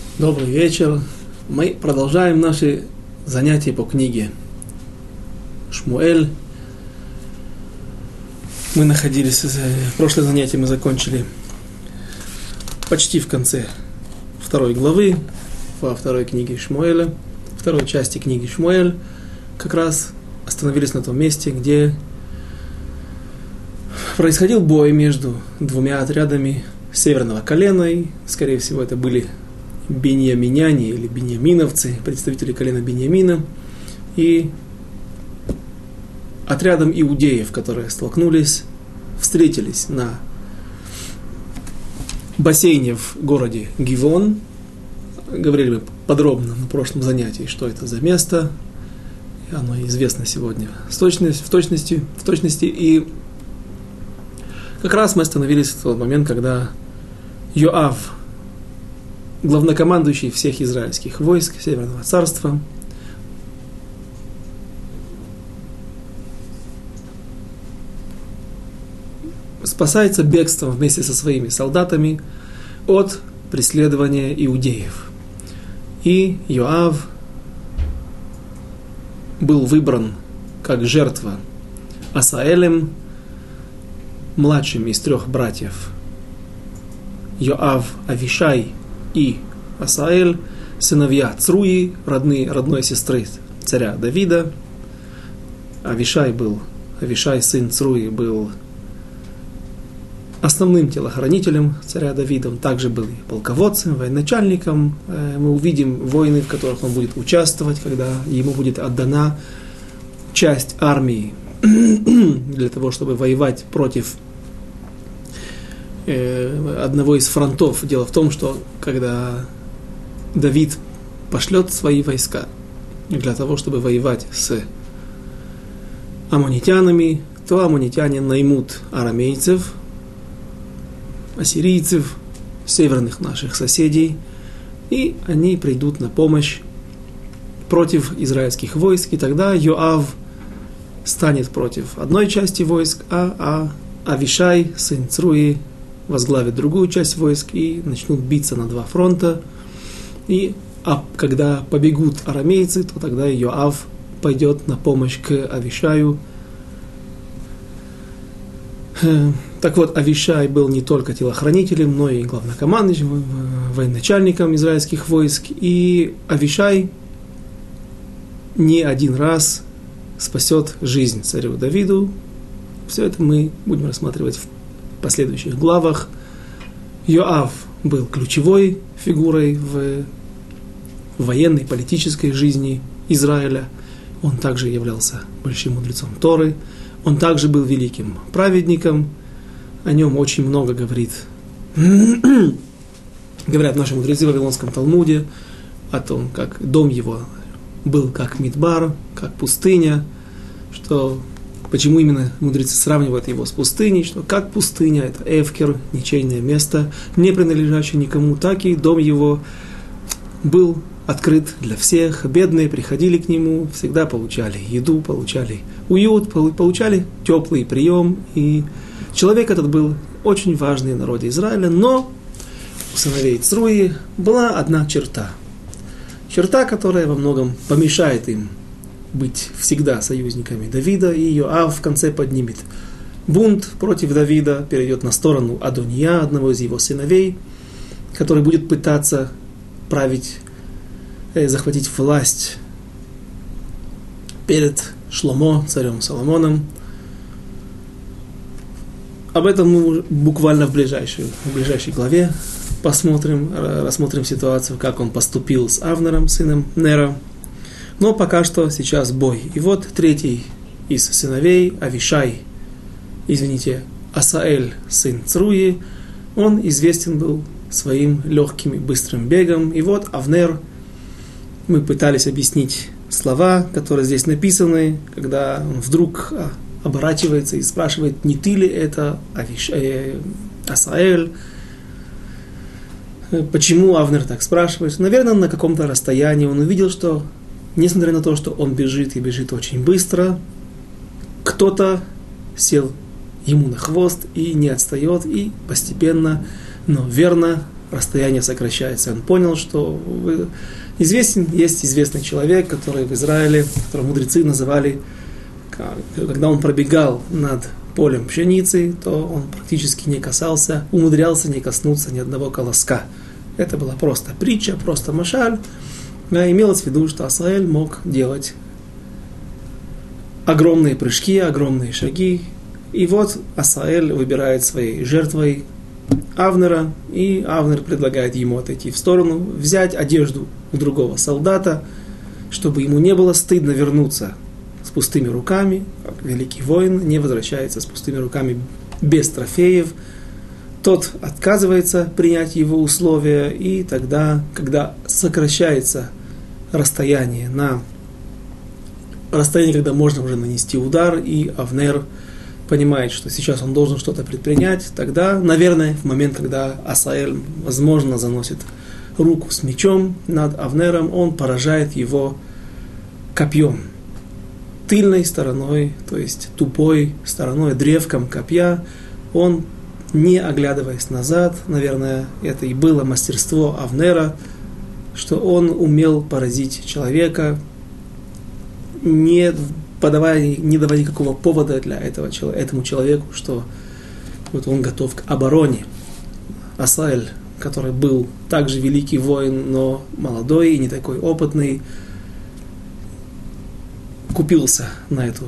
Добрый вечер. Мы продолжаем наши занятия по книге Шмуэль. Мы находились, прошлое занятие мы закончили почти в конце второй главы, во второй книге Шмуэля, второй части книги Шмуэль. Как раз остановились на том месте, где происходил бой между двумя отрядами северного колена, и, скорее всего, это были беньяминяне или беньяминовцы, представители колена Беньямина, и отрядом иудеев, которые встретились на бассейне в городе Гивон. Говорили мы подробно на прошлом занятии, что это за место. Оно известно сегодня в точности. И как раз мы остановились в тот момент, когда Йоав, главнокомандующий всех израильских войск Северного царства, спасается бегством вместе со своими солдатами от преследования иудеев. И Йоав был выбран как жертва Асаэлем, младшим из трех братьев Йоав, Авишай и Асаэль, сыновья Цруи, родной сестры царя Давида. Авишай, сын Цруи, был основным телохранителем царя Давида. Он также был и полководцем, военачальником. Мы увидим войны, в которых он будет участвовать, когда ему будет отдана часть армии для того, чтобы воевать против одного из фронтов. Дело в том, что когда Давид пошлет свои войска для того, чтобы воевать с аммонитянами, то аммонитяне наймут арамейцев, ассирийцев, северных наших соседей, и они придут на помощь против израильских войск, и тогда Йоав станет против одной части войск, а Авишай, сын Цруи, возглавит другую часть войск, и начнут биться на два фронта. А когда побегут арамейцы, то тогда Йоав пойдет на помощь к Авишаю. Так вот, Авишай был не только телохранителем, но и главнокомандующим, военачальником израильских войск. И Авишай не один раз спасет жизнь царю Давиду. Все это мы будем рассматривать в последующих главах. Йоав был ключевой фигурой в военной, политической жизни Израиля. Он также являлся большим мудрецом Торы. Он также был великим праведником. О нем очень много говорят наши мудрецы в Вавилонском Талмуде, о том, как дом его был как Мидбар, как пустыня, почему именно мудрецы сравнивают его с пустыней, что как пустыня, это эвкер, ничейное место, не принадлежащее никому, так и дом его был открыт для всех. Бедные приходили к нему, всегда получали еду, получали уют, получали теплый прием. И человек этот был очень важный в народе Израиля, но у сыновей Цруи была одна черта. Черта, которая во многом помешает им быть всегда союзниками Давида, и Йоав в конце поднимет бунт против Давида, перейдет на сторону Адония, одного из его сыновей, который будет пытаться захватить власть перед Шломо, царем Соломоном. Об этом мы буквально в ближайшей главе рассмотрим ситуацию, как он поступил с Авнером, сыном Нера. Но пока что сейчас бой. И вот третий из сыновей, Асаэль, сын Цруи, он известен был своим легким и быстрым бегом. И вот Авнер, мы пытались объяснить слова, которые здесь написаны, когда он вдруг оборачивается и спрашивает, не ты ли это Асаэль? Почему Авнер так спрашивает? Наверное, на каком-то расстоянии он увидел, что несмотря на то, что он бежит и бежит очень быстро, кто-то сел ему на хвост и не отстает, и постепенно, но верно расстояние сокращается. Он понял, что есть известный человек, который в Израиле, которого мудрецы называли, когда он пробегал над полем пшеницы, то он практически не касался, умудрялся не коснуться ни одного колоска. Это была просто притча, просто машаль. Имелось в виду, что Асаэль мог делать огромные прыжки, огромные шаги. И вот Асаэль выбирает своей жертвой Авнера, и Авнер предлагает ему отойти в сторону, взять одежду у другого солдата, чтобы ему не было стыдно вернуться с пустыми руками. Великий воин не возвращается с пустыми руками без трофеев. Тот отказывается принять его условия, и тогда, когда сокращается расстояние, когда можно уже нанести удар, и Авнер понимает, что сейчас он должен что-то предпринять, тогда, наверное, в момент, когда Асаэль, возможно, заносит руку с мечом над Авнером, он поражает его копьем. Тыльной стороной, то есть тупой стороной, древком копья, он, не оглядываясь назад, наверное, это и было мастерство Авнера, что он умел поразить человека, не давая никакого повода для этому человеку, что вот он готов к обороне. Асаэль, который был также великий воин, но молодой и не такой опытный, купился на эту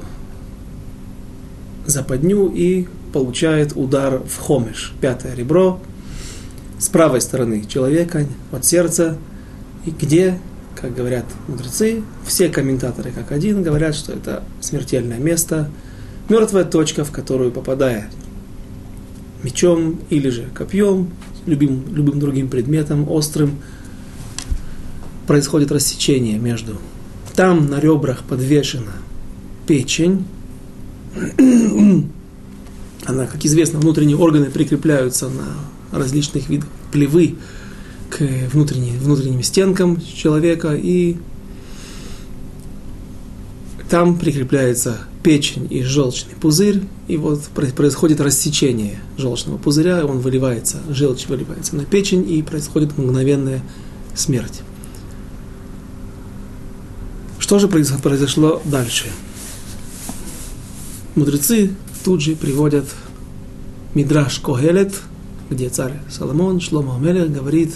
западню и получает удар в хомеш, пятое ребро, с правой стороны человека, от сердца, и где, как говорят мудрецы, все комментаторы как один говорят, что это смертельное место, мертвая точка, в которую, попадая мечом или же копьем, любым другим предметом острым, происходит рассечение между. Там на ребрах подвешена печень. Она, как известно, внутренние органы прикрепляются на различных видах плевы к внутренним стенкам человека, и там прикрепляется печень и желчный пузырь, и вот происходит рассечение желчного пузыря, он выливается, желчь выливается на печень, и происходит мгновенная смерть. Что же произошло дальше? Мудрецы тут же приводят Мидраш Когелет, где царь Соломон, Шломо Амелех, говорит: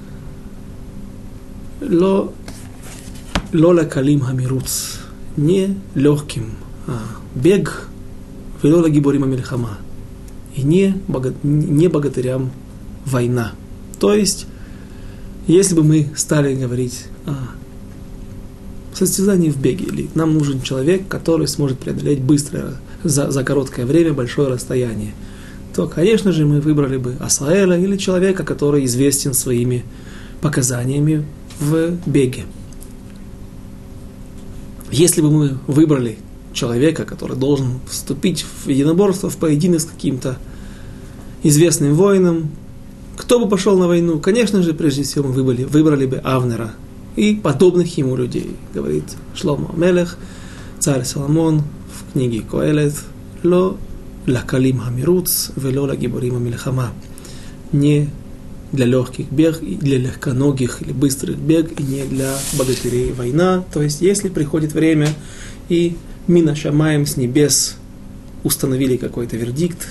«Ло лакалим хамируц», не легким бег, вело лагиборим амельхама, и не богатырям война. То есть, если бы мы стали говорить о состязании в беге, или нам нужен человек, который сможет преодолеть быстро, за короткое время, большое расстояние, то, конечно же, мы выбрали бы Асаэля или человека, который известен своими показаниями в беге. Если бы мы выбрали человека, который должен вступить в единоборство, в поединок с каким-то известным воином, кто бы пошел на войну? Конечно же, прежде всего мы выбрали бы Авнера и подобных ему людей. Говорит Шломо Амелех, царь Соломон в книге Коэлет: «Ло лакалим хамируц, вело лагиборим амельхама». Не для легких бег, и для легконогих или быстрых бег, и не для богатырей война. То есть, если приходит время, и мина шамаем с небес установили какой-то вердикт,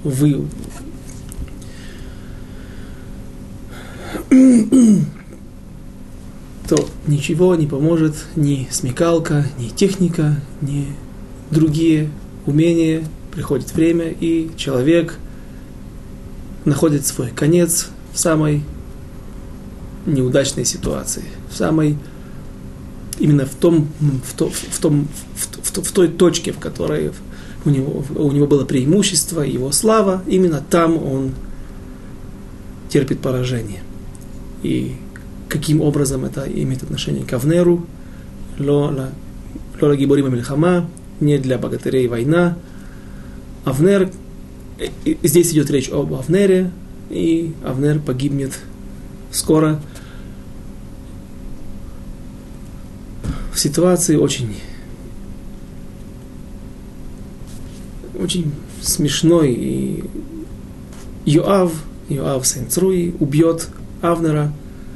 то ничего не поможет ни смекалка, ни техника, ни другие умения. Приходит время, и человек находит свой конец в самой неудачной ситуации, именно в той точке, в которой у него было преимущество, его слава, именно там он терпит поражение. И каким образом это имеет отношение к Авнеру? Ло лагиборим амельхама, не для богатырей война. Авнер, здесь идет речь об Авнере, и Авнер погибнет скоро в ситуации очень смешной. И Йоав сын Цруи убьет Авнера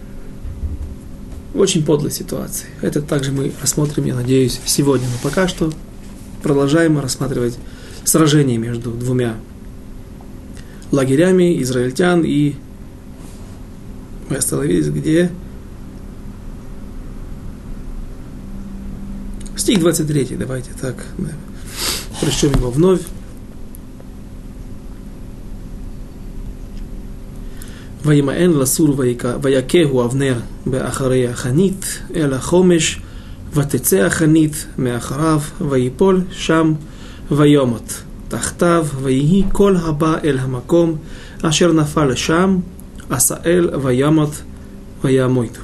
в очень подлой ситуации. Это также мы рассмотрим, я надеюсь, сегодня. Но пока что продолжаем рассматривать сражение между двумя лагерями израильтян, и мы остановились где? Стих 23, давайте так, прочтем его вновь. וימאן לסור ויכהו אבנר באחרי החנית אל החומש ותצא החנית מאחריו ויפול שם וימות תחתיו ויהי כל הבא אל המקום אשר נפל שם עשאל וימות וימות.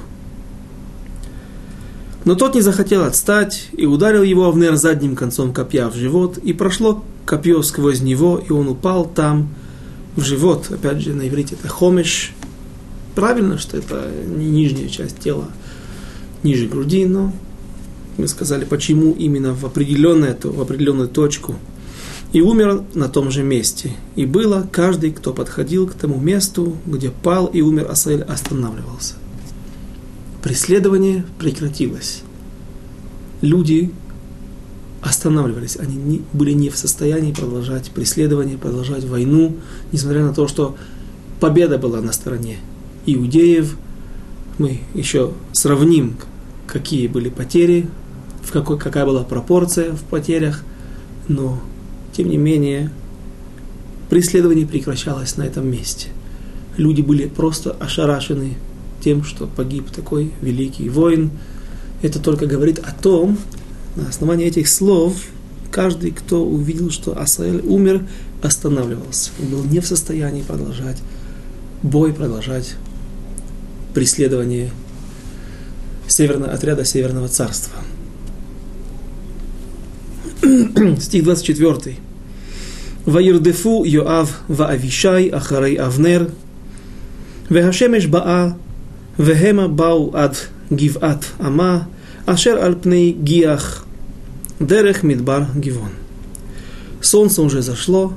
Но тот не захотел отстать, и ударил его Авнер задним концом копья в живот, и прошло копье сквозь него, и он упал там в живот. Опять же, на иврите это хомеш. Правильно, что это не нижняя часть тела, ниже груди, но мы сказали, почему именно в определенную точку. И умер на том же месте. И было, каждый, кто подходил к тому месту, где пал и умер Асаэль, останавливался. Преследование прекратилось. Люди останавливались. Они были не в состоянии продолжать преследование, продолжать войну, несмотря на то, что победа была на стороне иудеев. Мы еще сравним, какие были потери, какая была пропорция в потерях, но, тем не менее, преследование прекращалось на этом месте. Люди были просто ошарашены тем, что погиб такой великий воин. Это только говорит о том, на основании этих слов, каждый, кто увидел, что Асаэль умер, останавливался. Он был не в состоянии продолжать бой, продолжать преследование отряда Северного Царства. Стих 24. «Ваирдефу Йоав ваавишай ахарей Авнер, вехашемеш баа, вехема бау ад гиват ама, ашер альпней гиах, дерех мидбар гивон». Солнце уже зашло,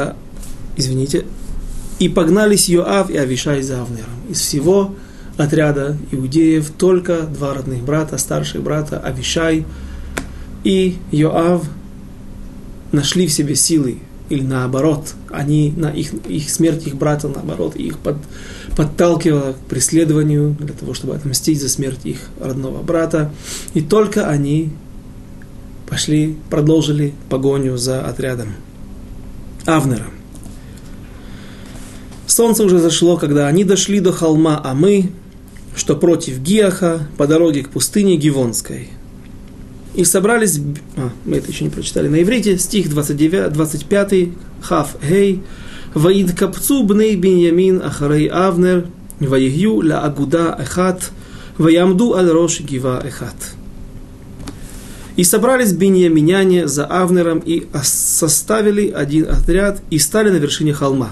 и погнались Йоав и Авишай за Авнером. Из всего отряда иудеев только два родных брата, старших брата Авишай и Йоав нашли в себе силы, или наоборот, их смерть их брата, наоборот, их подталкивала к преследованию для того, чтобы отмстить за смерть их родного брата. И только они продолжили погоню за отрядом Авнера. Солнце уже зашло, когда они дошли до холма Амы, что против Гиаха, по дороге к пустыне Гивонской. И собрались, мы это еще не прочитали на иврите, стих 25, Хав Хей, «Ваид капцу бней Биньямин ахарей Авнер, ваигью ла агуда эхат, ваямду аль рош гива эхат». И собрались биньяминяне за Авнером и составили один отряд и стали на вершине холма.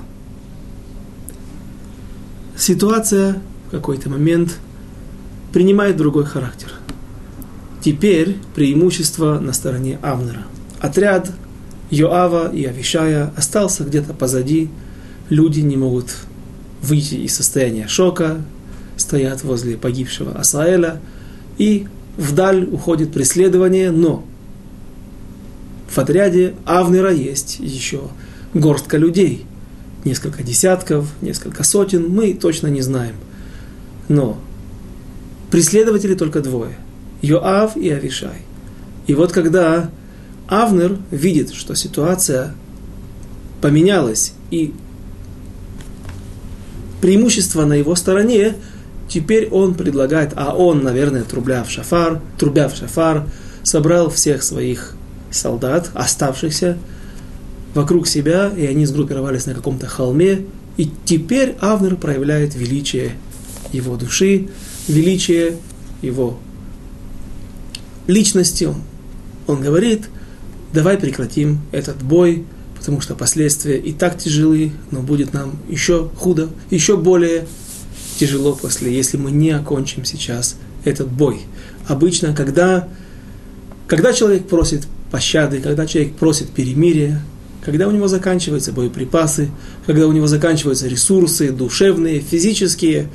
Ситуация в какой-то момент принимает другой характер. Теперь преимущество на стороне Авнера. Отряд Йоава и Авишая остался где-то позади. Люди не могут выйти из состояния шока, стоят возле погибшего Асаэля, и вдаль уходит преследование, но в отряде Авнера есть еще горстка людей. Несколько десятков, несколько сотен, мы точно не знаем. Но преследователи только двое. Йоав и Авишай. И вот когда Авнер видит, что ситуация поменялась, и преимущество на его стороне, теперь он предлагает, наверное, трубя в шафар, собрал всех своих солдат, оставшихся вокруг себя, и они сгруппировались на каком-то холме, и теперь Авнер проявляет величие его души, величие его личности. Он говорит: давай прекратим этот бой, потому что последствия и так тяжелы, но будет нам еще худо, еще более тяжело если мы не окончим сейчас этот бой. Обычно, когда человек просит пощады, когда человек просит перемирия, когда у него заканчиваются боеприпасы, когда у него заканчиваются ресурсы душевные, физические,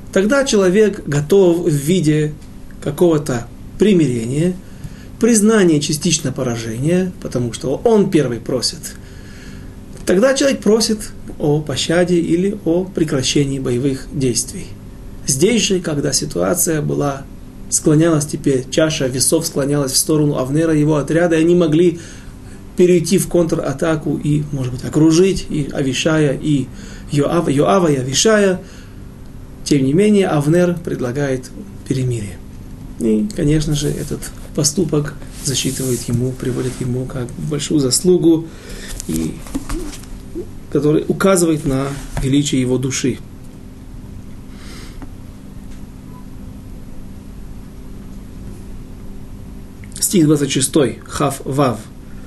тогда человек готов в виде какого-то примирения, признания частично поражения, потому что он первый просит. Тогда человек просит о пощаде или о прекращении боевых действий. Здесь же, когда ситуация склонялась теперь, чаша весов склонялась в сторону Авнера и его отряда, и они могли перейти в контратаку и, может быть, окружить и Авишая, и Йоава и Авишая. Тем не менее, Авнер предлагает перемирие. И, конечно же, этот поступок засчитывает ему, приводит ему как большую заслугу, и который указывает на величие его души. Стих 26, Хав Вав.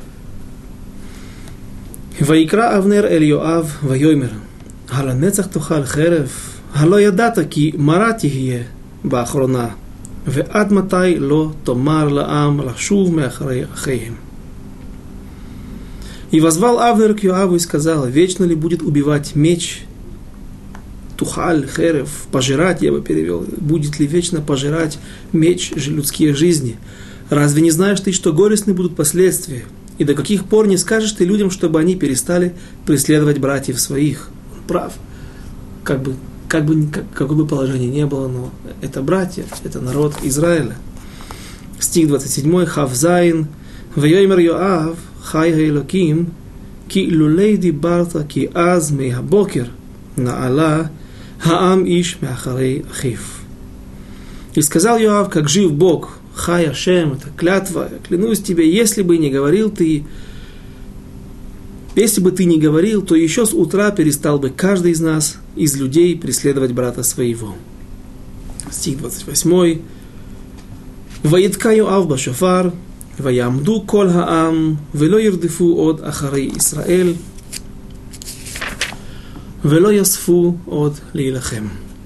ויקרא אבנר אל יואב ויאמר הלנצח תאכל חרב הלא ידעת כי מרה תהיה באחרונה ועד מתי לא תאמר לעם לשוב מאחרי אחיהם. И возвал Авнер к Йоаву и сказал: вечно ли будет убивать меч? Тухаль, херев, пожирать, я бы перевел. Будет ли вечно пожирать меч людские жизни? Разве не знаешь ты, что горестны будут последствия? И до каких пор не скажешь ты людям, чтобы они перестали преследовать братьев своих? Он прав. Какое бы положение ни было, но это братья, это народ Израиля. Стих 27, Хавзайн. ויאמר יואב חי האלוקים כי לולי דיברת כי אז מהבוקר נעלה העם איש מאחרי אחיו. И сказал Йоав, как жив Бог, Хай Ашем, это клятва, клянусь тебе, если бы ты не говорил, то еще с утра перестал бы каждый из нас, из людей, преследовать брата своего. Стих 28. ויתקע יואב בשופר ויעמדו כל העם ולא ירדפו עוד אחרי ישראל ולא יאספו עוד להילחם.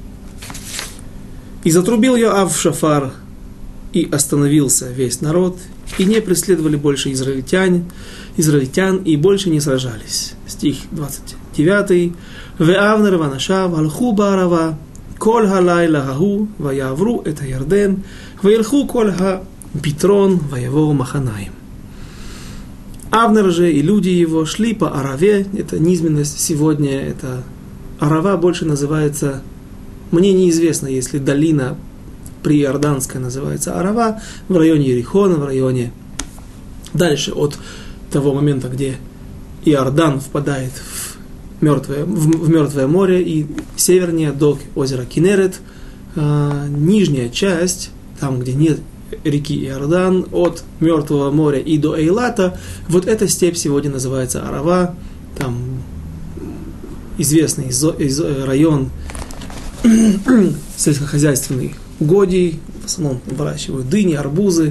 И затрубил Йоав в шофар, и остановился весь народ, и не преследовали больше израильтян, и больше не сражались. Стих 29. «Веавнер ванашав алху баарава, коль халайла гаху, ваявру эта ярден, ваилху коль ха-битрон, ваявор маханаим». Авнер же и люди его шли по Араве, это низменность сегодня, это Арава больше называется, мне неизвестно, если долина приорданская называется Арава, в районе Ерихона, в районе дальше от того момента, где Иордан впадает в Мертвое море и севернее до озера Кинерет, нижняя часть, там, где нет реки Иордан, от Мертвого моря и до Эйлата, вот эта степь сегодня называется Арава, там известный район сельскохозяйственный, угодий, в основном выращивают дыни, арбузы.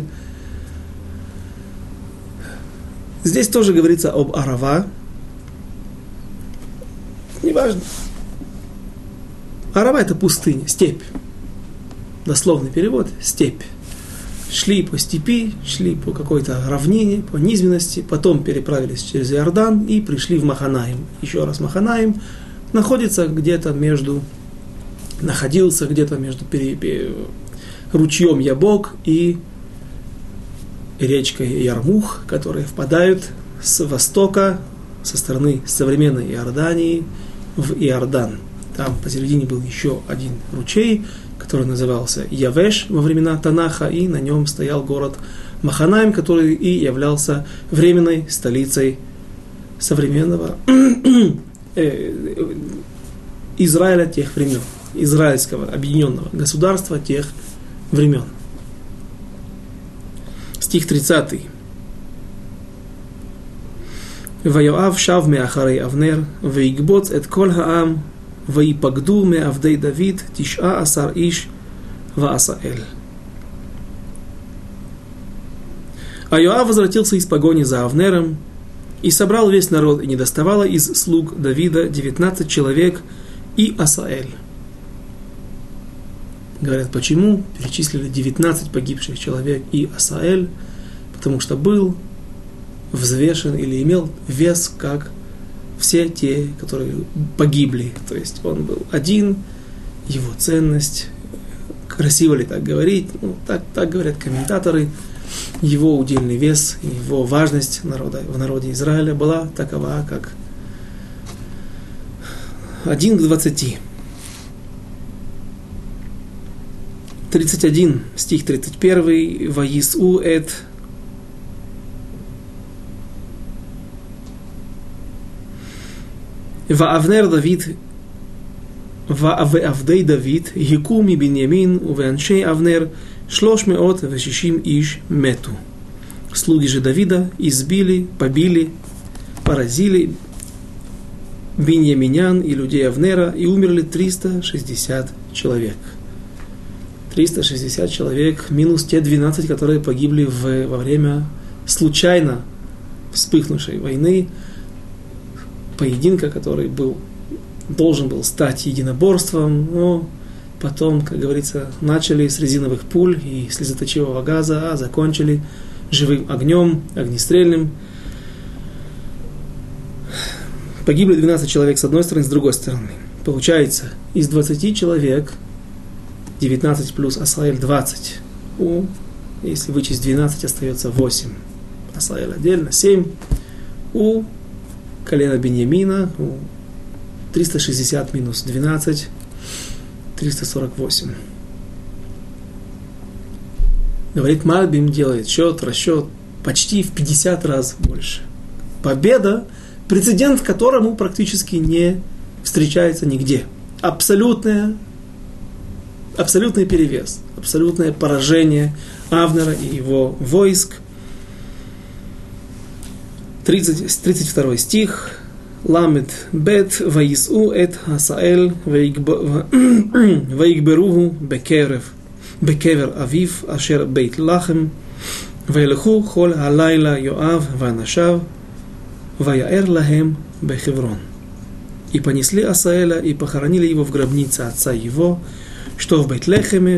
Здесь тоже говорится об Арава. Неважно. Арава — это пустыня, степь. Дословный перевод — степь. Шли по степи, шли по какой-то равнине, по низменности, потом переправились через Иордан и пришли в Маханаим. Еще раз, Маханаим находился где-то между ручьем Ябок и речкой Ярмух, которые впадают с востока, со стороны современной Иордании, в Иордан. Там посередине был еще один ручей, который назывался Явеш во времена Танаха, и на нем стоял город Маханаим, который и являлся временной столицей современного Израиля тех времен, израильского объединенного государства тех времен. Стих 30. ויואב שב מאחרי אבנר, ויקבוץ את כל העם, ויפקדו מעבדי דוד 19 איש ועשאל. А Йоав возвратился из погони за Авнером и собрал весь народ, и недоставало из слуг Давида 19 человек и Асаэль. Говорят, почему перечислили 19 погибших человек и Асаэль? Потому что был взвешен или имел вес, как все те, которые погибли. То есть он был один его ценность, красиво ли так говорить, так говорят комментаторы, его удельный вес, его важность в народе Израиля была такова, как 1 к 20. 31, стих 31, «Ваису эт Ваавнер Давид Ваавдей Давид Гикуми Биньямин Увеаншей Авнер 360 иш мету». Слуги же Давида избили, побили, поразили биньяминян и людей Авнера, и умерли 360 человек. 360 человек минус те 12, которые погибли во время случайно вспыхнувшей войны, поединка, который должен был стать единоборством, но потом, как говорится, начали с резиновых пуль и слезоточивого газа, а закончили живым огнем, огнестрельным. Погибли 12 человек с одной стороны, с другой стороны. Получается, из 20 человек 19 плюс Асраэль 20. Если вычесть 12, остается 8. Асраэль отдельно 7. У колена Биньямина 360 минус 12, 348. Говорит, Мальбим делает расчет почти в 50 раз больше. Победа, прецедент которому практически не встречается нигде. Абсолютный перевес, абсолютное поражение Авнера и его войск. 32 стих. Ламед бет ваису эт хасаэль ваигберугу бекевер авив ашер бейт лахем ваилху хол халайла Йоав ванашав ваяэр лахем бехеврон. И понесли Асаэля и похоронили его в гробнице отца его, что в Бейт-Лехеме,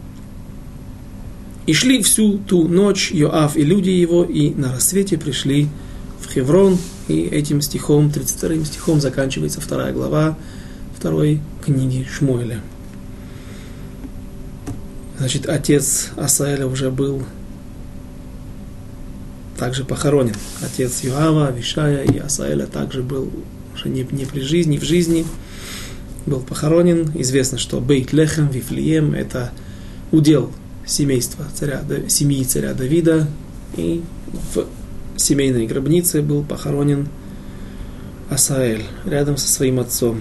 и шли всю ту ночь Йоав и люди его, и на рассвете пришли в Хеврон, и этим стихом, 32 стихом, заканчивается 2 глава 2 книги Шмуэля. Значит, отец Асаэля уже был также похоронен. Отец Йоава, Авишая и Асаэля также был уже не при жизни, в жизни был похоронен. Известно, что Бейт-Лехем, Вифлеем – это удел семьи царя Давида, и в семейной гробнице был похоронен Асаэль рядом со своим отцом.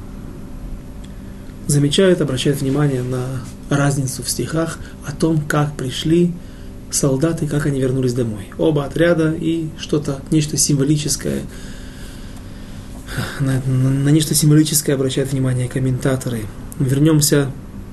Обращают внимание на разницу в стихах о том, как пришли солдаты, как они вернулись домой. Оба отряда и нечто символическое. На нечто символическое обращают внимание комментаторы. Вернемся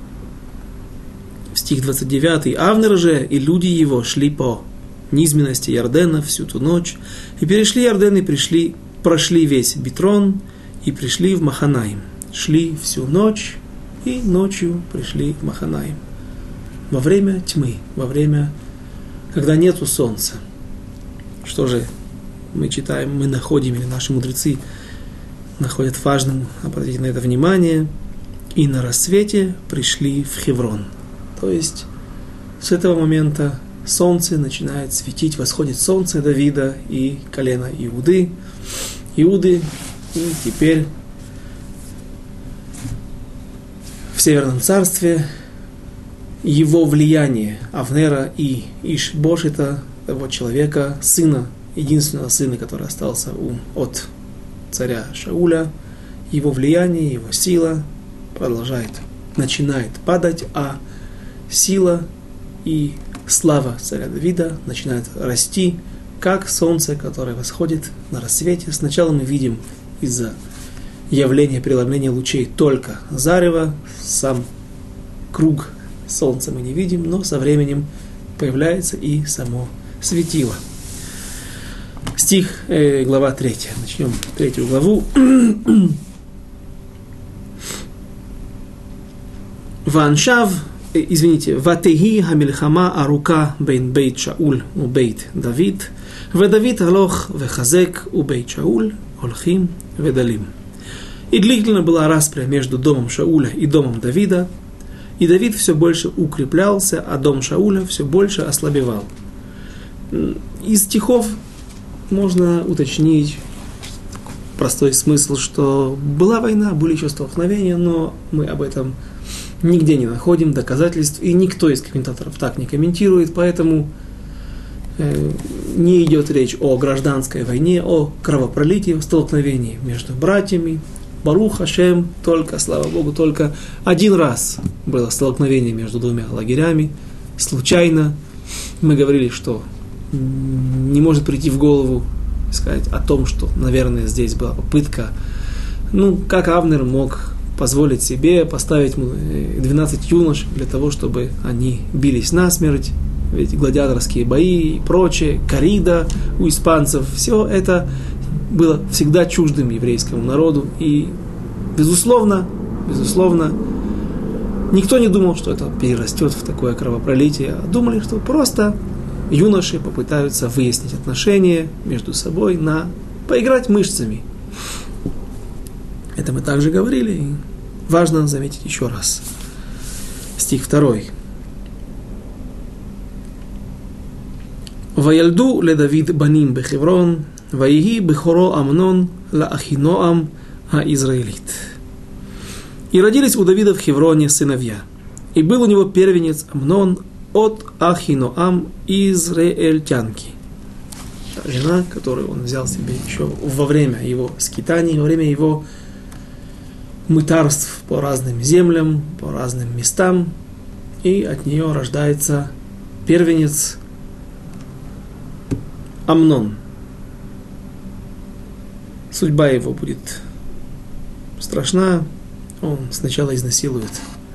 в стих 29. «Авнер же и люди его шли по низменности Ярдена всю ту ночь, и перешли Ярден, и прошли весь Битрон, и пришли в Маханаим». Шли всю ночь, и ночью пришли в Маханаим. Во время тьмы, когда нету солнца. Что же мы читаем, мы находим, или наши мудрецы находят важным обратить на это внимание. И на рассвете пришли в Хеврон. То есть с этого момента солнце начинает светить, восходит солнце Давида и колена Иуды. И теперь в Северном царстве его влияние Авнера и Иш-Бошета, того человека, единственного сына, который остался от царя Шауля, его влияние, его сила начинает падать, а сила и слава царя Давида начинают расти, как солнце, которое восходит на рассвете. Сначала мы видим из-за явления преломления лучей только зарево, сам круг солнца мы не видим, но со временем появляется и само светило. Глава 3. Начнем 3 главу. Ватехи хамильхама арука бейн бейт Шауль у бейт Давид, ודוד הלוך וחזק ובית שאול הולכים ודלים. И длительно была распря между домом Шауля и домом Давида, и Давид все больше укреплялся, а дом Шауля все больше ослабевал. Из стихов можно уточнить простой смысл, что была война, были еще столкновения, но мы об этом нигде не находим доказательств, и никто из комментаторов так не комментирует, поэтому не идет речь о гражданской войне, о кровопролитии, столкновении между братьями. Барух Ашем, только, слава Богу, только один раз было столкновение между двумя лагерями, случайно. Мы говорили, что не может прийти в голову сказать о том, что, наверное, здесь была попытка, как Авнер мог позволить себе поставить 12 юнош для того, чтобы они бились насмерть, ведь гладиаторские бои и прочее, коррида у испанцев, все это было всегда чуждым еврейскому народу, и, безусловно, никто не думал, что это перерастет в такое кровопролитие, а думали, что просто юноши попытаются выяснить отношения между собой, поиграть мышцами. Это мы также говорили, и важно заметить еще раз. Стих 2. «Ваялду ле Давид баним бехеврон, ваиги бехоро Амнон ла Ахиноам а-Израилит». И родились у Давида в Хевроне сыновья, и был у него первенец Амнон от Ахиноам израильтянки. Жена, которую он взял себе еще во время его скитаний, во время его мытарств по разным землям, по разным местам, и от нее рождается первенец Амнон. Судьба его будет страшна. Он сначала изнасилует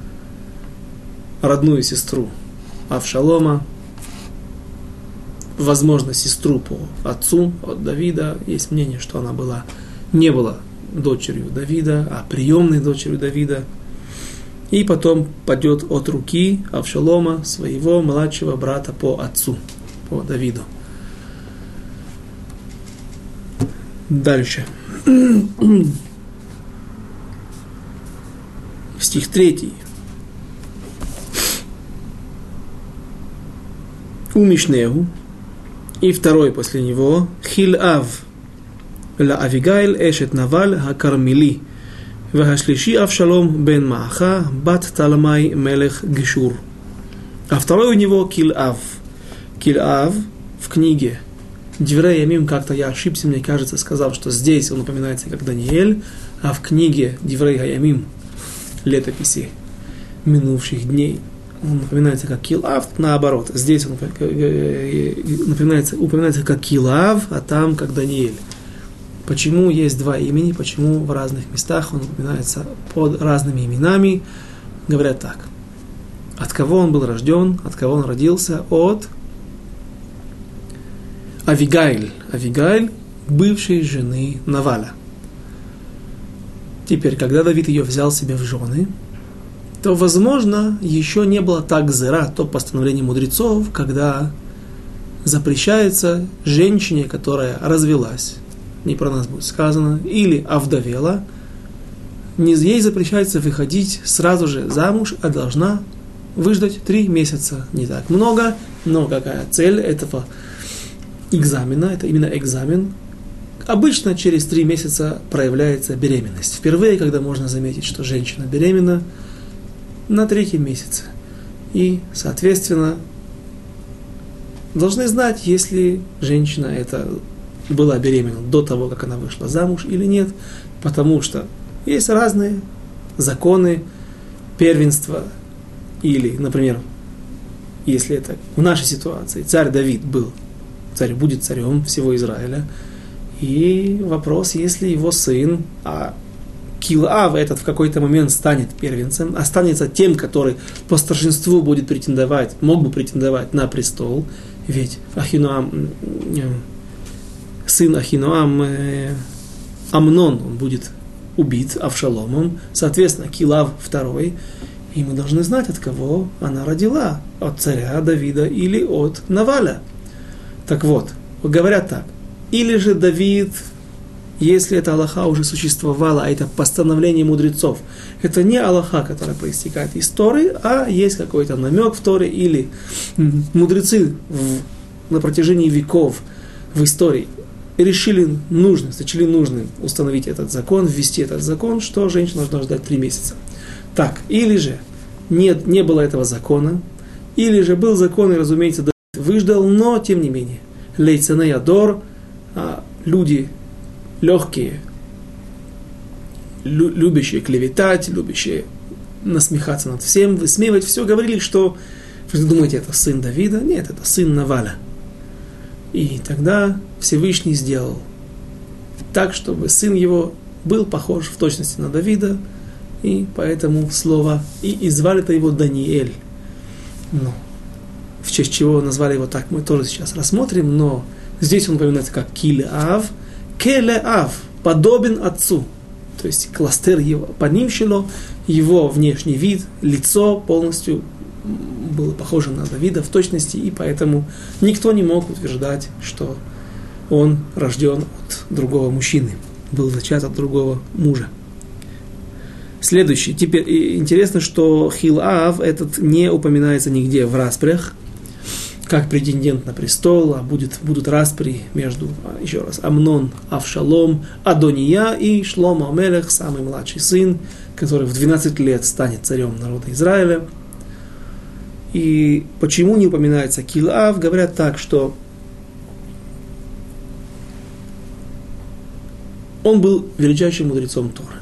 родную сестру Авшалома, возможно, сестру по отцу от Давида. Есть мнение, что она не была дочерью Давида, а приемной дочерью Давида. И потом падет от руки Авшалома, своего младшего брата по отцу, по Давиду. Дальше. Стих 3. У Мишнеу, и второй после него, Хилав, ла Авигайль эшет Наваль ха-Кармили, вахашлиши Авшалом бен Мааха, бат Таламай мелех Гешур. А второй у него Килав. Килав в книге Диврей Ямим, как-то я ошибся, мне кажется, сказав, что здесь он упоминается как Даниэль, а в книге Диврей Ямим, летописи минувших дней, он упоминается как Килав, наоборот. Здесь он упоминается как Килав, а там как Даниэль. Почему есть два имени, почему в разных местах он упоминается под разными именами? Говорят так. От кого он был рожден, от кого он родился? От Авигайль. Авигайль, бывшей жены Наваля. Теперь, когда Давид ее взял себе в жены, то, возможно, еще не было так зера, то постановление мудрецов, когда запрещается женщине, которая развелась, не про нас будет сказано, или овдовела, ей запрещается выходить сразу же замуж, а должна выждать 3 месяца. Не так много, но какая цель этого экзамена, это именно экзамен. Обычно через 3 месяца проявляется беременность. Впервые, когда можно заметить, что женщина беременна, на 3-м месяце. И, соответственно, должны знать, если женщина эта была беременна до того, как она вышла замуж или нет, потому что есть разные законы первенства. Или, например, если это в нашей ситуации, царь Давид будет царем всего Израиля, и вопрос, если его сын, Килав этот в какой-то момент станет первенцем, останется тем, который по старшинству мог бы претендовать на престол, ведь сын Ахиноам, Амнон, он будет убит Авшаломом, соответственно, Килав второй, и мы должны знать, от кого она родила, от царя Давида или от Наваля. Так вот, говорят так, или же Давид если эта алаха уже существовала, а это постановление мудрецов, это не алаха, которая проистекает из Торы, а есть какой-то намек в Торе, или мудрецы на протяжении веков в истории сочли нужным установить этот закон, ввести этот закон, что женщина должна ждать 3 месяца. Так, или же не было этого закона, или же был закон, и, разумеется, Давид выждал, но, тем не менее, лейценей адор, люди легкие, любящие клеветать, любящие насмехаться над всем, высмеивать все, говорили, что вы думаете, это сын Давида? Нет, это сын Наваля. И тогда Всевышний сделал так, чтобы сын его был похож в точности на Давида, и поэтому слово, и звали-то его Даниэль. Но в честь чего назвали его так, мы тоже сейчас рассмотрим, но здесь он упоминается как Килеав, Келеав, подобен отцу. То есть кластер его, поднимщило, его внешний вид, лицо полностью было похоже на Давида в точности, и поэтому никто не мог утверждать, что он рожден от другого мужчины, был зачат от другого мужа. Следующий. Теперь интересно, что Хилав этот не упоминается нигде в распрях, как претендент на престол, а будут распри между, еще раз, Амнон, Авшалом, Адония и Шломо Амелех, самый младший сын, который в 12 лет станет царем народа Израиля. И почему не упоминается Килав? Говорят так, что он был величайшим мудрецом Торы.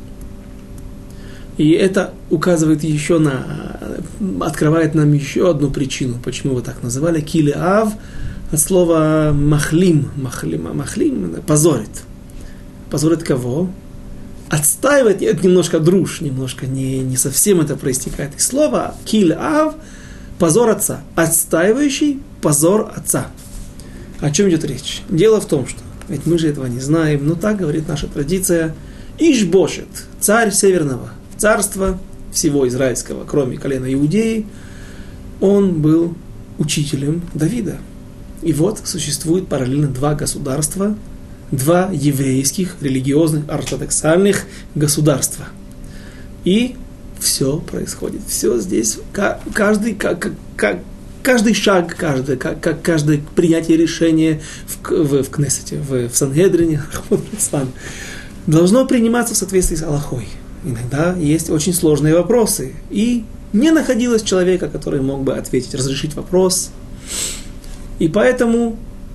И это указывает открывает нам еще одну причину, почему его так называли. Килеав от слова махлим. Махлим позорит. Позорит кого? Отстаивает, это немножко друж, немножко не совсем это проистекает из слова. Килеав, позор отца. Отстаивающий позор отца. О чем идет речь? Дело в том, что, ведь мы же этого не знаем, но так говорит наша традиция, Ишбошет, царь Северного царства, всего израильского, кроме колена Иудеи, он был учителем Давида. И вот существует параллельно 2 государства, 2 еврейских, религиозных, ортодоксальных государства. И все происходит. Все здесь, каждый шаг, каждое принятие решения в Кнессете, в Сангедрине, должно приниматься в соответствии с Алахой. Иногда есть очень сложные вопросы, и не находилось человека, который мог бы ответить, разрешить вопрос. И поэтому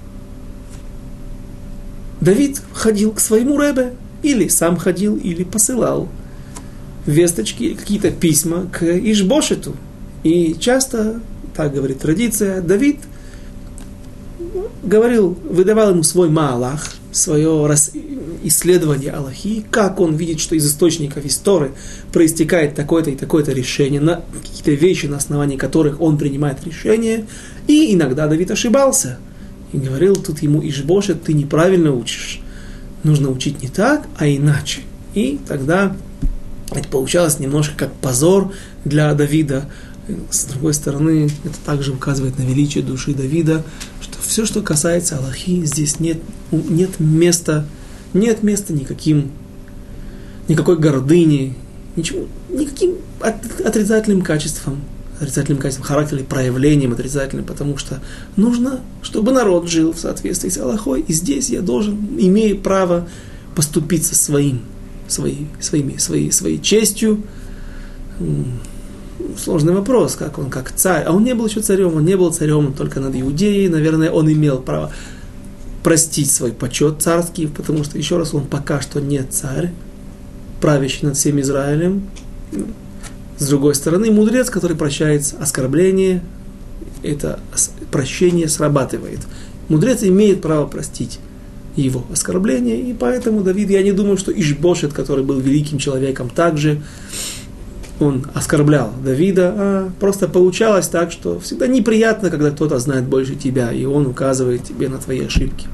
Давид ходил к своему ребе, или сам ходил, или посылал весточки, какие-то письма к Ишбошету. И часто, так говорит традиция, Давид выдавал ему свой маалах, свое исследование Аллахи, как он видит, что из источников истории проистекает такое-то и такое-то решение, на какие-то вещи, на основании которых он принимает решение. И иногда Давид ошибался. И говорил тут ему Ишбошет, ты неправильно учишь. Нужно учить не так, а иначе. И тогда это получалось немножко как позор для Давида. С другой стороны, это также указывает на величие души Давида, что все, что касается Аллахи, здесь нет места никакой гордыни, никаким отрицательным качеством характера, характером, отрицательным, потому что нужно, чтобы народ жил в соответствии с Аллахой, и здесь я имею право поступиться своей честью. Сложный вопрос, как он как царь, а он не был еще царем, он не был царем только над Иудеей, наверное, он имел право простить свой почет царский, потому что, еще раз, он пока что не царь, правящий над всем Израилем. С другой стороны, мудрец, который прощает оскорбление, это прощение срабатывает. Мудрец имеет право простить его оскорбление, и поэтому Давид, я не думаю, что Ишбошет, который был великим человеком, также он оскорблял Давида, а просто получалось так, что всегда неприятно, когда кто-то знает больше тебя, и он указывает тебе на твои ошибки.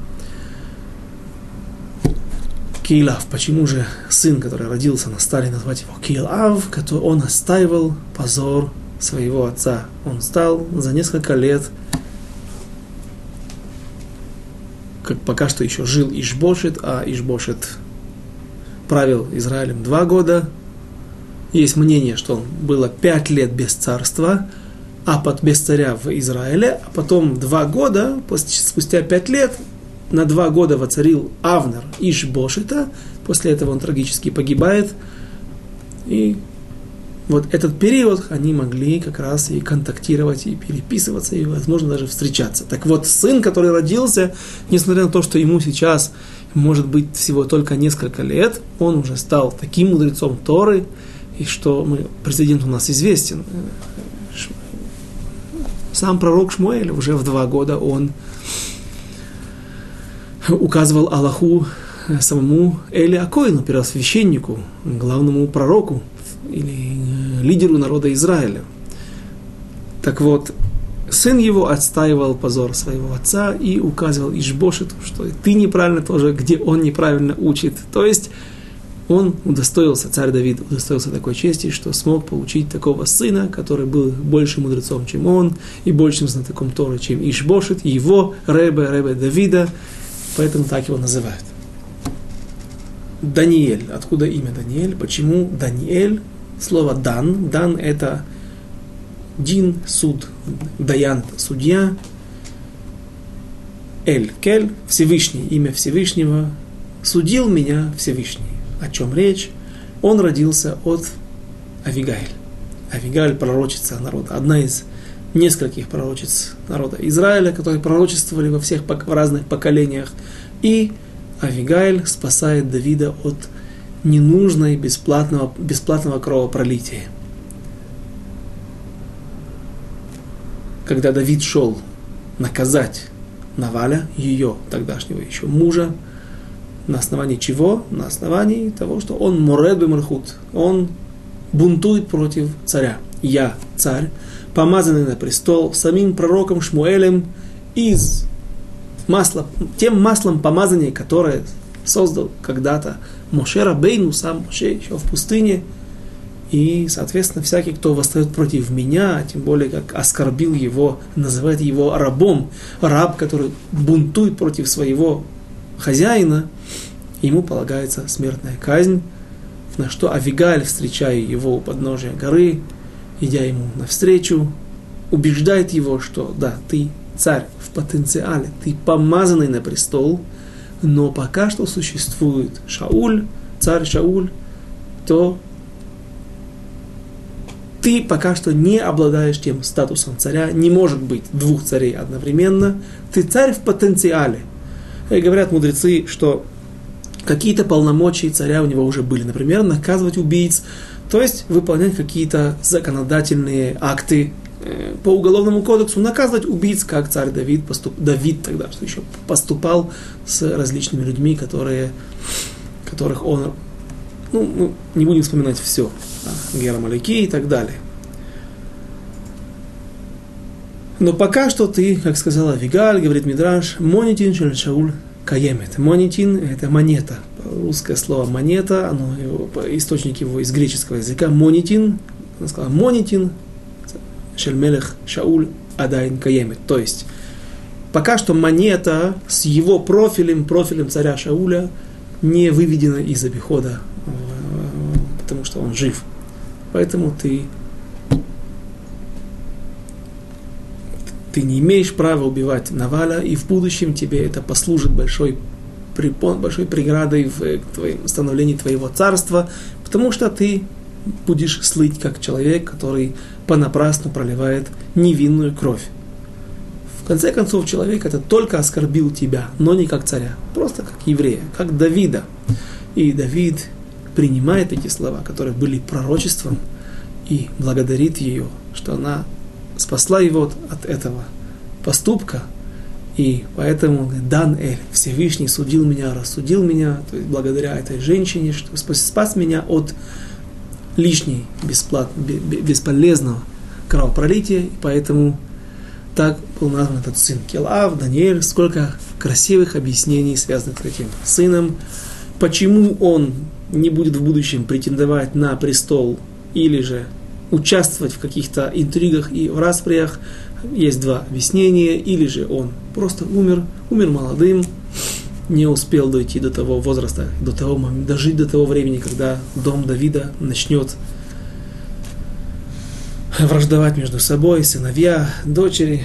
Килав, почему же сын, который родился, стали назвать его Килав, который он отстаивал позор своего отца. Он стал за несколько лет пока что еще жил Иш-бошет, а Иш-бошет правил Израилем 2 года. Есть мнение, что было 5 лет без царства, без царя в Израиле, а потом 2 года, спустя 5 лет, на 2 года воцарил Авнер Иш-бошета, после этого он трагически погибает, и вот этот период они могли как раз и контактировать, и переписываться, и, возможно, даже встречаться. Так вот, сын, который родился, несмотря на то, что ему сейчас, может быть, всего только несколько лет, он уже стал таким мудрецом Торы, и что прецедент у нас известен. Сам пророк Шмуэль уже в 2 года он указывал Аллаху самому Эли Акоину, первосвященнику, главному пророку или лидеру народа Израиля. Так вот, сын его отстаивал позор своего отца и указывал Иш-бошету, что ты неправильно тоже, где он неправильно учит. То есть он удостоился, царь Давид удостоился такой чести, что смог получить такого сына, который был больше мудрецом, чем он, и большим знатоком Торы, чем Иш-бошет, его ребе Давида, поэтому так его называют. Даниэль. Откуда имя Даниэль? Почему Даниэль? Слово Дан. Дан это Дин, суд. Даян – судья. Эль, Кель, Всевышний, имя Всевышнего. Судил меня Всевышний. О чем речь? Он родился от Авигайль. Авигайль – пророчица народа. Одна из нескольких пророчиц народа Израиля, которые пророчествовали в разных поколениях. И Авигайль спасает Давида от ненужной бесплатного кровопролития. Когда Давид шел наказать Наваля, ее тогдашнего еще мужа, на основании чего? На основании того, что он моред бемархут, он бунтует против царя. Я, царь, помазанный на престол самим пророком Шмуэлем из масла, тем маслом помазания, которое создал когда-то Моше Рабейну, сам Моше еще в пустыне. И, соответственно, всякий, кто восстает против меня, тем более, как оскорбил его, называет его рабом, раб, который бунтует против своего хозяина, ему полагается смертная казнь, на что Авигаль, встречая его у подножия горы, идя ему навстречу, убеждает его, что да, ты царь в потенциале, ты помазанный на престол, но пока что существует Шауль, царь Шауль, то ты пока что не обладаешь тем статусом царя, не может быть 2 царей одновременно, ты царь в потенциале. И говорят мудрецы, что какие-то полномочия царя у него уже были, например, наказывать убийц, то есть выполнять какие-то законодательные акты по уголовному кодексу, наказывать убийц, как царь Давид, Давид тогда, что еще поступал с различными людьми, которых он, мы не будем вспоминать все, Гера Маляки и так далее. Но пока что ты, как сказала Авигаль, говорит Мидраш, монетин шель Шауль каемет. Монетин – это монета. Русское слово монета, источник его из греческого языка. Монетин, она сказала монетин, шель мелех Шауль адайн каемет. То есть, пока что монета с его профилем царя Шауля не выведена из обихода, потому что он жив. Поэтому ты не имеешь права убивать Наваля, и в будущем тебе это послужит большой преградой в становлении твоего царства, потому что ты будешь слыть как человек, который понапрасну проливает невинную кровь. В конце концов, человек это только оскорбил тебя, но не как царя, просто как еврея, как Давида. И Давид принимает эти слова, которые были пророчеством, и благодарит ее, что она спасла его от этого поступка. И поэтому Дан Эль, Всевышний судил меня, рассудил меня, то есть благодаря этой женщине, что спас меня от лишней, бесполезного кровопролития, и поэтому так был назван этот сын. Келав, Даниэль, сколько красивых объяснений, связанных с этим сыном, почему он не будет в будущем претендовать на престол или же участвовать в каких-то интригах и в распрях. Есть два объяснения. Или же он просто умер молодым, не успел дойти до того возраста, дожить до того времени, когда дом Давида начнет враждовать между собой, сыновья, дочери.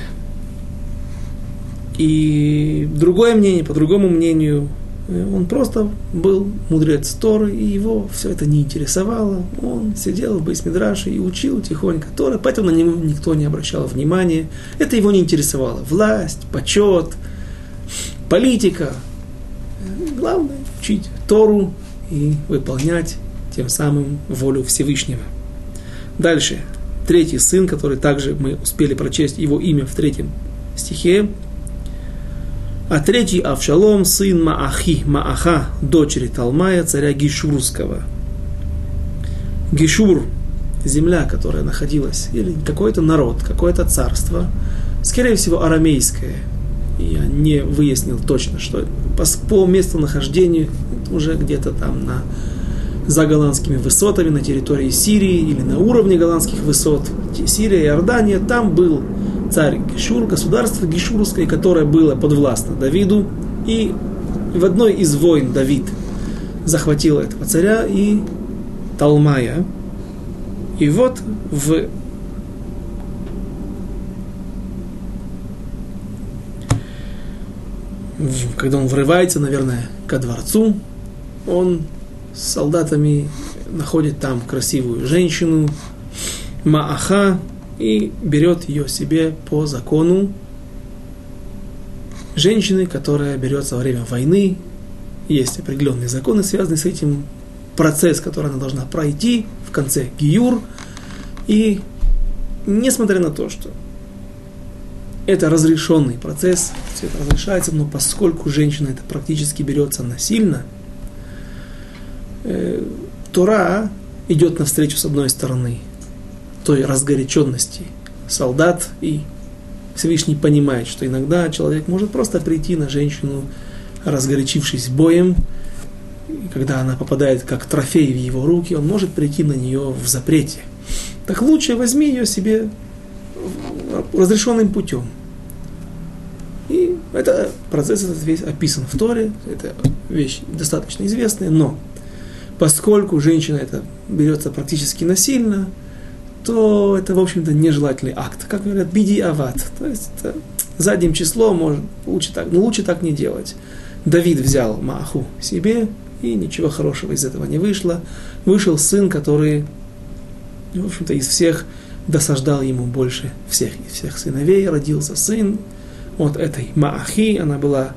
И другое мнение, по другому мнению, он просто был мудрец Торы, и его все это не интересовало. Он сидел в бейс-мидраше и учил тихонько Торы, поэтому на него никто не обращал внимания. Это его не интересовало. Власть, почет, политика. Главное – учить Тору и выполнять тем самым волю Всевышнего. Дальше. Третий сын, который также мы успели прочесть его имя в 3 стихе. А третий Авшалом, сын Мааха, дочери Талмая, царя Гишурского. Гишур – земля, которая находилась, или какой-то народ, какое-то царство, скорее всего, арамейское. Я не выяснил точно, что по местонахождению уже где-то там за голландскими высотами, на территории Сирии или на уровне голландских высот, Сирия и Иордания, там был царь Гишур, государство Гишурское, которое было подвластно Давиду, и в одной из войн Давид захватил этого царя и Талмая. И вот когда он врывается, наверное, ко дворцу, он с солдатами находит там красивую женщину, Мааха, и берет ее себе по закону женщины, которая берется во время войны. Есть определенные законы, связанные с этим, процесс, который она должна пройти в конце гиюр. И несмотря на то, что это разрешенный процесс, все это разрешается, но поскольку женщина это практически берется насильно, Тора идет навстречу с одной стороны той разгоряченности солдат, и Всевышний понимает, что иногда человек может просто прийти на женщину, разгорячившись боем, и когда она попадает как трофей в его руки, он может прийти на нее в запрете. Так лучше возьми ее себе разрешенным путем. И это процесс этот весь описан в Торе, это вещь достаточно известная, но поскольку женщина это берется практически насильно, то это, в общем-то, нежелательный акт. Как говорят, биди ават. То есть это задним числом может лучше так, но лучше так не делать. Давид взял Мааху себе, и ничего хорошего из этого не вышло. Вышел сын, который, в общем-то, из всех досаждал ему больше всех. Из всех сыновей родился сын от этой Маахи. Она была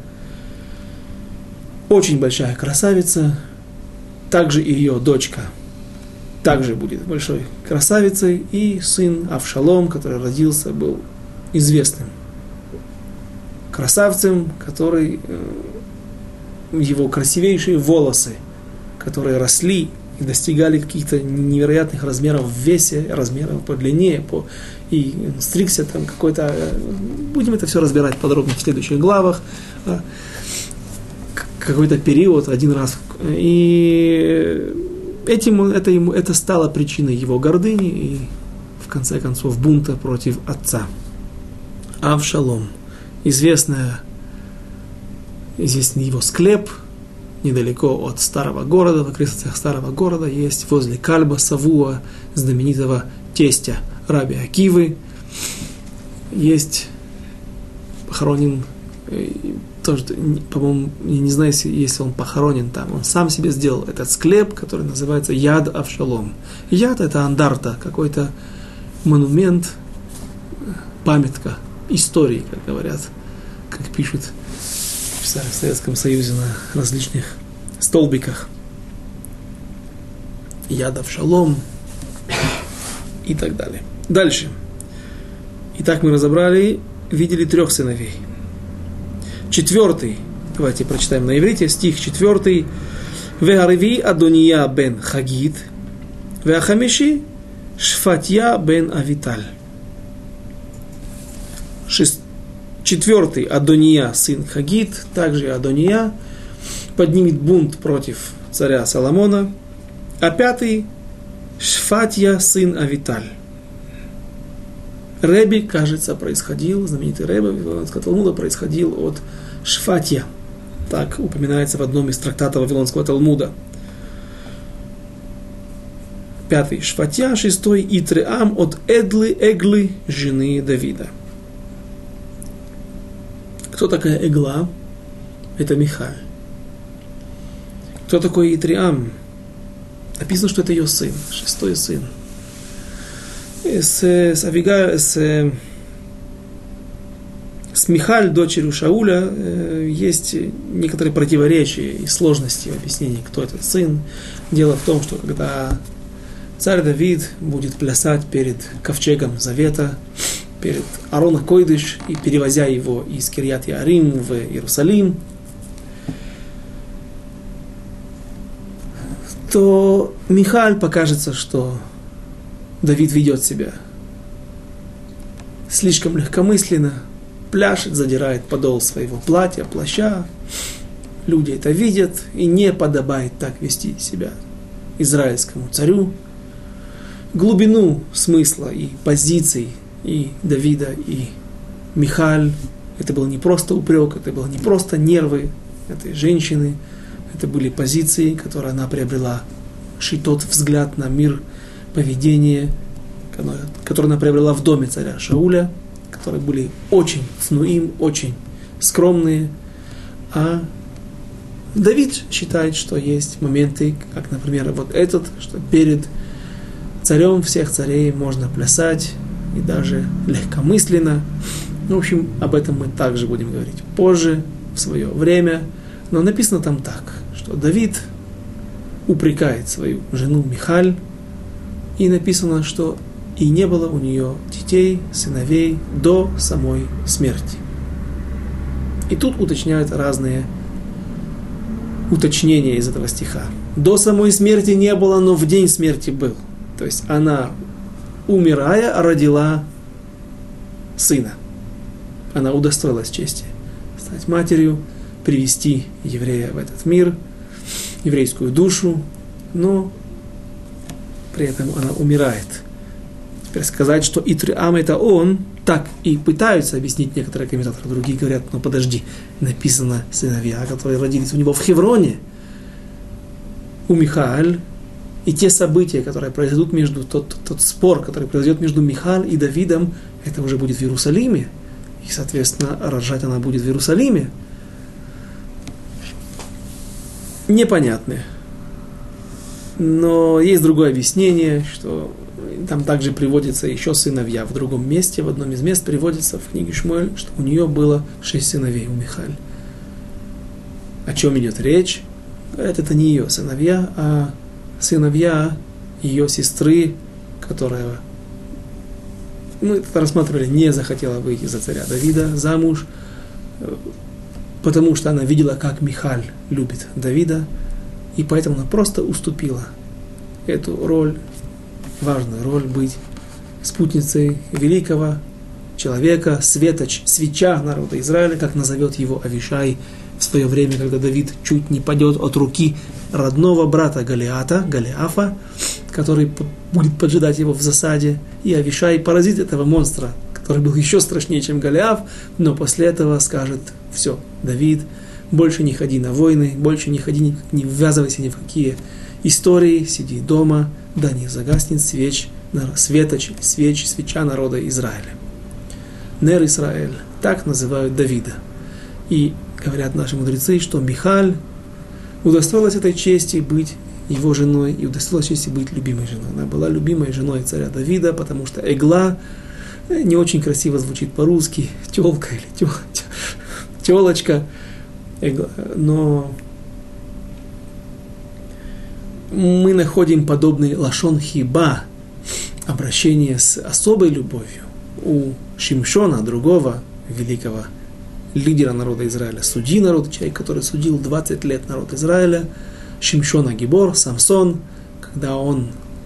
очень большая красавица. Также и ее дочка также будет большой красавицей, и сын Авшалом, который родился, был известным красавцем, который его красивейшие волосы, которые росли и достигали каких-то невероятных размеров в весе, размеров по длине, и стригся там какой-то... Будем это все разбирать подробно в следующих главах. Какой-то период, один раз. И это стало причиной его гордыни и, в конце концов, бунта против отца. Авшалом. Известный его склеп недалеко от старого города, в окрестностях старого города есть возле Кальба Савуа, знаменитого тестя Раби Акивы. Есть похоронен, тоже, по-моему, я не знаю, если он похоронен там, он сам себе сделал этот склеп, который называется Яд Авшалом. Яд — это андарта, какой-то монумент, памятка истории, как говорят, как пишут в Советском Союзе на различных столбиках. Яд Авшалом и так далее. Дальше. Итак, мы видели 3 сыновей. 4, давайте прочитаем на иврите, стих 4. Вегареви Адония бен Хагит, веахамиши Шфатья бен Авиталь. 4 Адония, сын Хагит, также Адония, поднимет бунт против царя Соломона. А 5 Шфатья, сын Авиталь. Реби, кажется, происходил, знаменитый Реби Вавилонского Талмуда происходил от Шфатья. Так упоминается в одном из трактатов Вавилонского Талмуда. 5 Шфатья, 6 Итреам от Эглы, жены Давида. Кто такая Эгла? Это Михаль. Кто такой Итреам? Написано, что это ее сын, 6-й сын. С Михаль, дочерью Шауля, есть некоторые противоречия и сложности в объяснении, кто этот сын. Дело в том, что когда царь Давид будет плясать перед ковчегом Завета, перед Арон ха-Койдеш, и перевозя его из Кирьят-Яарим в Иерусалим, то Михаль покажется, что Давид ведет себя слишком легкомысленно, пляшет, задирает подол своего платья, плаща. Люди это видят, и не подобает так вести себя израильскому царю. Глубину смысла и позиций и Давида, и Михаль, это был не просто упрек, это было не просто нервы этой женщины, это были позиции, которые она приобрела, тот взгляд на мир, поведение, которое она приобрела в доме царя Шауля, которые были очень цнуим, очень скромные. А Давид считает, что есть моменты, как, например, вот этот, что перед царем всех царей можно плясать, и даже легкомысленно. В общем, об этом мы также будем говорить позже, в свое время. Но написано там так, что Давид упрекает свою жену Михаль, и написано, что и не было у нее детей, сыновей до самой смерти. И тут уточняют разные уточнения из этого стиха. До самой смерти не было, но в день смерти был. То есть она, умирая, родила сына. Она удостоилась чести стать матерью, привести еврея в этот мир, еврейскую душу, но при этом она умирает. Теперь сказать, что Итреам это он, так и пытаются объяснить некоторые комментаторы. Другие говорят, ну подожди, написано сыновья, которые родились у него в Хевроне, у Михаль, и те события, которые произойдут между, тот спор, который произойдет между Михаль и Давидом, это уже будет в Иерусалиме, и, соответственно, рожать она будет в Иерусалиме. Непонятные. Но есть другое объяснение, что там также приводится еще сыновья в другом месте, в одном из мест приводится в книге Шмуэль, что у нее было 6 сыновей у Михаль. О чем идет речь? Говорят, это не ее сыновья, а сыновья ее сестры, которая, мы это рассматривали, не захотела выйти за царя Давида замуж, потому что она видела, как Михаль любит Давида, и поэтому она просто уступила эту роль, важную роль быть спутницей великого человека, свеча народа Израиля, как назовет его Авишай в свое время, когда Давид чуть не падет от руки родного брата Голиафа, который будет поджидать его в засаде, и Авишай поразит этого монстра, который был еще страшнее, чем Голиаф, но после этого скажет: все, Давид, больше не ходи на войны, больше не ходи, не ввязывайся ни в какие истории, сиди дома, да не загаснет свеча народа Израиля. Нер Исраэль, так называют Давида. И говорят наши мудрецы, что Михаль удостоилась этой чести быть его женой и удостоилась чести быть любимой женой. Она была любимой женой царя Давида, потому что Эгла не очень красиво звучит по-русски, тёлка или тёлочка, но мы находим подобный лашон хиба, обращение с особой любовью у Шимшона, другого великого лидера народа Израиля, судьи народа, человек, который судил 20 лет народ Израиля, Шимшон а-Гибор, Самсон, когда он,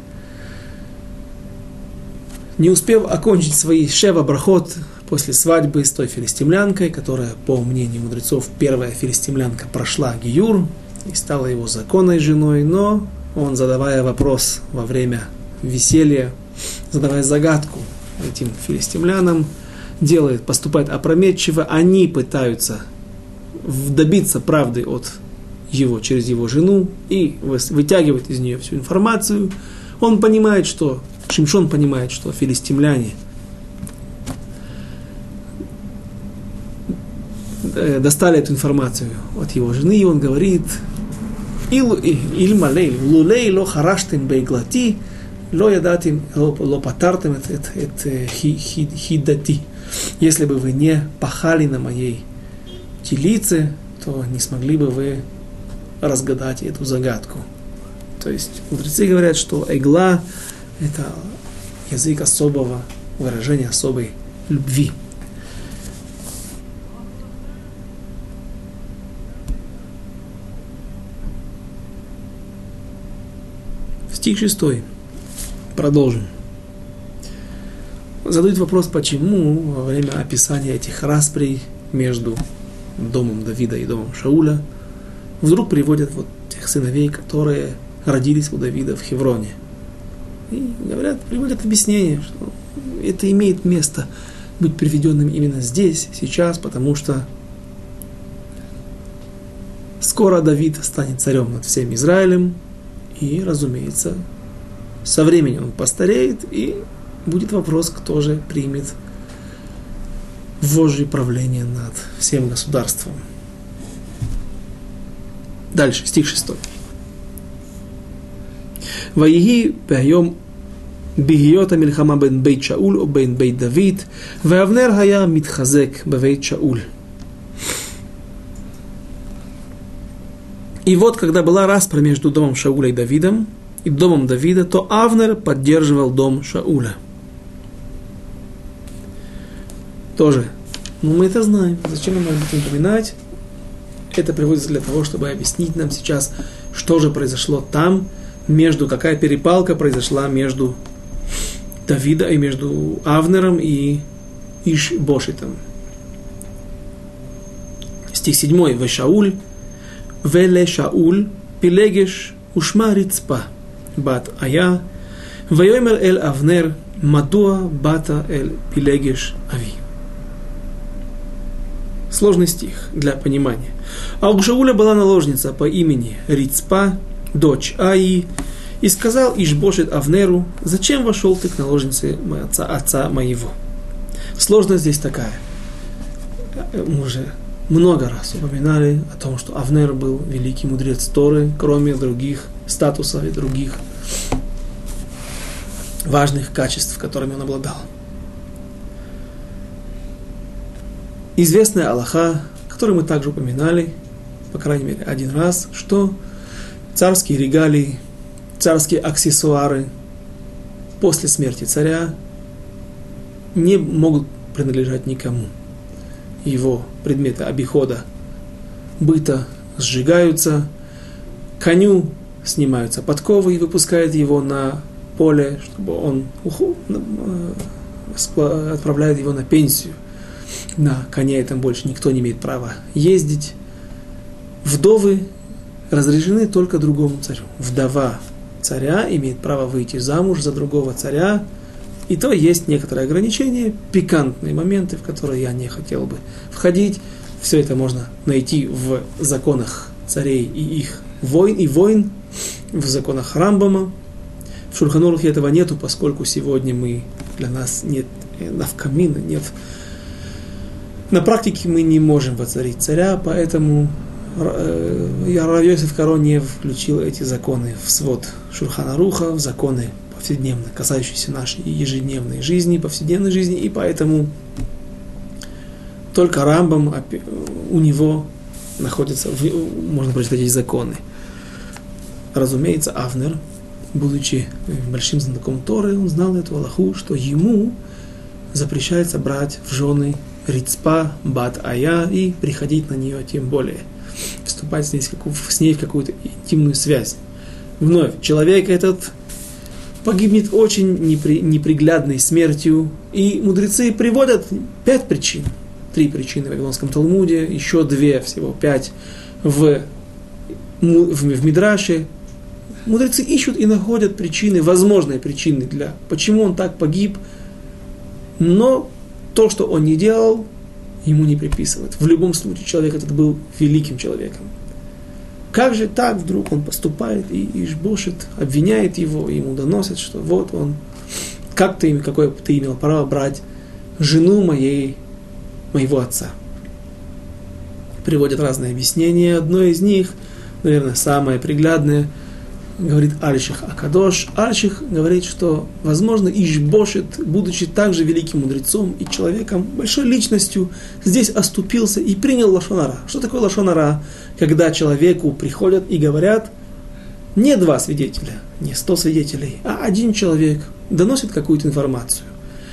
не успев окончить свои шева брахот после свадьбы с той филистимлянкой, которая, по мнению мудрецов, первая филистимлянка прошла гиюр и стала его законной женой, но он, задавая вопрос во время веселья, задавая загадку, этим филистимлянам, поступает опрометчиво, они пытаются добиться правды через его жену и вытягивает из нее всю информацию. Шимшон понимает, что филистимляне достали эту информацию от его жены, и он говорит: «Ильмалей, лулей ло хараштим бейглати, ло ядатим, ло патартим хидати». Если бы вы не пахали на моей телице, то не смогли бы вы разгадать эту загадку. То есть мудрецы говорят, что эгла – это язык особого выражения, особой любви. Стих 6. Продолжим. Задают вопрос, почему во время описания этих расприй между домом Давида и домом Шауля вдруг приводят вот тех сыновей, которые родились у Давида в Хевроне. И приводят объяснение, что это имеет место быть приведенным именно здесь, сейчас, потому что скоро Давид станет царем над всем Израилем, и, разумеется, со временем он постареет, и будет вопрос, кто же примет вожжи правления над всем государством. Дальше, стих 6. «Ваиги пеайом бигиота мильхама бен бейт Шауль о бен бейт Давид, веавнер хая митхазек бевейт Шауль». И вот, когда была распря между домом Шауля и Давидом, и домом Давида, то Авнер поддерживал дом Шауля. Тоже. Мы это знаем. Зачем нам это упоминать? Это приводится для того, чтобы объяснить нам сейчас, что же произошло там, какая перепалка произошла между Давидом и между Авнером и Иш-Бошетом. Стих 7. «Вешауль, веле Шауль, пилегеш, ушма рицпа, бат Ая, вайомер эль Авнер, мадуа бата эль пилегеш ави». Сложный стих для понимания. А у Шауля была наложница по имени Рицпа, дочь Аи, и сказал Иш-Бошет Авнеру: «Зачем вошел ты к наложнице отца моего?» Сложность здесь такая. Мы уже много раз упоминали о том, что Авнер был великий мудрец Торы, кроме других статусов и других важных качеств, которыми он обладал. Известная алаха, которую мы также упоминали, по крайней мере, один раз, что царские регалии, царские аксессуары после смерти царя не могут принадлежать никому. Его предметы обихода, быта сжигаются, коню снимаются подковы и выпускают его на поле, чтобы он отправляет его на пенсию. На коне этом больше никто не имеет права ездить. Вдовы разрешены только другому царю. Вдова царя имеет право выйти замуж за другого царя. И то есть некоторые ограничения, пикантные моменты, в которые я не хотел бы входить. Все это можно найти в законах царей и их войн, в законах Рамбама. В Шульхан Арухе этого нету, поскольку сегодня для нас нет навкамина, нет. На практике мы не можем воцарить царя, поэтому Рав Йосеф Каро не включил эти законы в свод Шульхан Аруха, в законы повседневно, касающиеся нашей ежедневной жизни, повседневной жизни, и поэтому только Рамбам, у него находится, можно прочитать эти законы. Разумеется, Авнер, будучи большим знатоком Торы, он знал эту алаху, что ему запрещается брать в жены Рицпа, бат Ая, и приходить на нее, тем более вступать с ней в какую-то интимную связь. Вновь, человек этот погибнет очень неприглядной смертью, и мудрецы приводят 5 причин. 3 причины в Вавилонском Талмуде, еще 2, всего 5 в Мидраше. Мудрецы ищут и находят причины, возможные причины почему он так погиб, Но то, что он не делал, ему не приписывают. В любом случае, человек этот был великим человеком. Как же так вдруг он поступает, и Иш-бошет обвиняет его, и ему доносят, что вот он, какое ты имел право брать жену моего отца. Приводят разные объяснения. Одно из них, наверное, самое приглядное, говорит Альших Акадош. Альших говорит, что, возможно, Иш-бошет, будучи также великим мудрецом и человеком, большой личностью, здесь оступился и принял лашон ара. Что такое лашон ара? Когда человеку приходят и говорят, не 2 свидетеля, не 100 свидетелей, а 1 человек доносит какую-то информацию.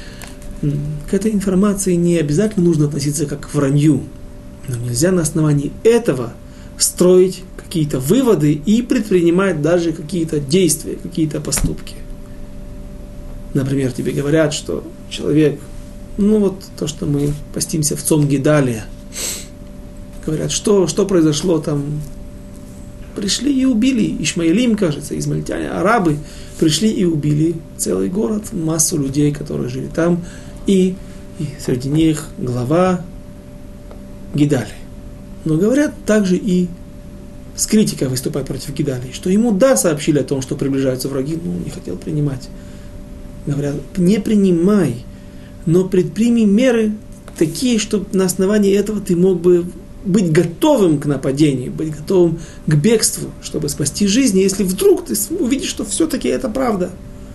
К этой информации не обязательно нужно относиться как к вранью, но нельзя на основании этого строить какие-то выводы и предпринимать даже какие-то действия, какие-то поступки. Например, тебе говорят, что человек, то, что мы постимся в Цом Гидалия, говорят, что произошло там, пришли и убили Ишмаилим, кажется, измаильтяне, арабы, пришли и убили целый город, массу людей, которые жили там, и среди них глава Гидали. Но говорят также и с критикой выступать против Гидали, что ему сообщили о том, что приближаются враги, не хотел принимать. Говорят, не принимай, но предприми меры такие, чтобы на основании этого ты мог бы быть готовым к нападению, быть готовым к бегству, чтобы спасти жизнь, если вдруг ты увидишь, что все-таки это правда.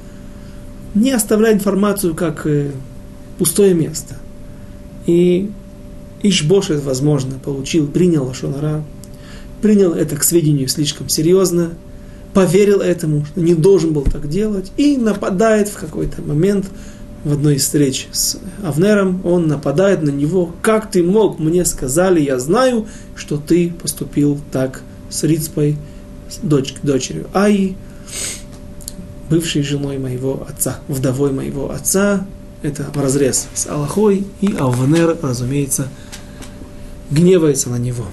Не оставляй информацию как пустое место. И Иш-бошет, возможно, принял лашон ара, принял это к сведению слишком серьезно, поверил этому, что не должен был так делать, и нападает в какой-то момент. В одной из встреч с Авнером он нападает на него. Как ты мог? Мне сказали, я знаю, что ты поступил так с Рицпой, с дочерью Аи, бывшей женой моего отца, вдовой моего отца. Это вразрез с Алахой, и Авнер, разумеется, гневается на него.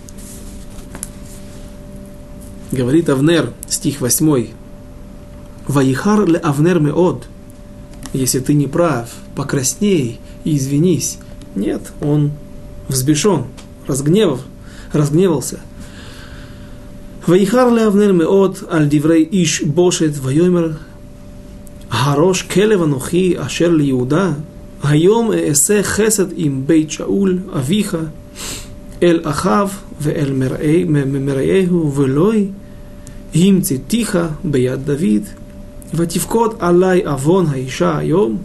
Говорит Авнер, стих 8. «Ваихар ле Авнер меод». Если ты не прав, покрасней и извинись. Нет, он взбешен, разгневался. «Ваихар ле Авнер меод аль диврей Иш-бошет вайомер харош келев анухи ашер ли Иуда hayom эсе хесед им бейт Шауль авиха эль ахав ואל מרעהו ולוי המצאתיך ביד דוד ותפקוד עלי עוון האישה היום».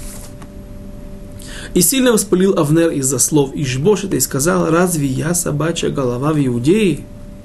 И сильно воспылил Авнер из-за слов Иш-бошета и сказал: «Разве я собачья голова в Иудее?»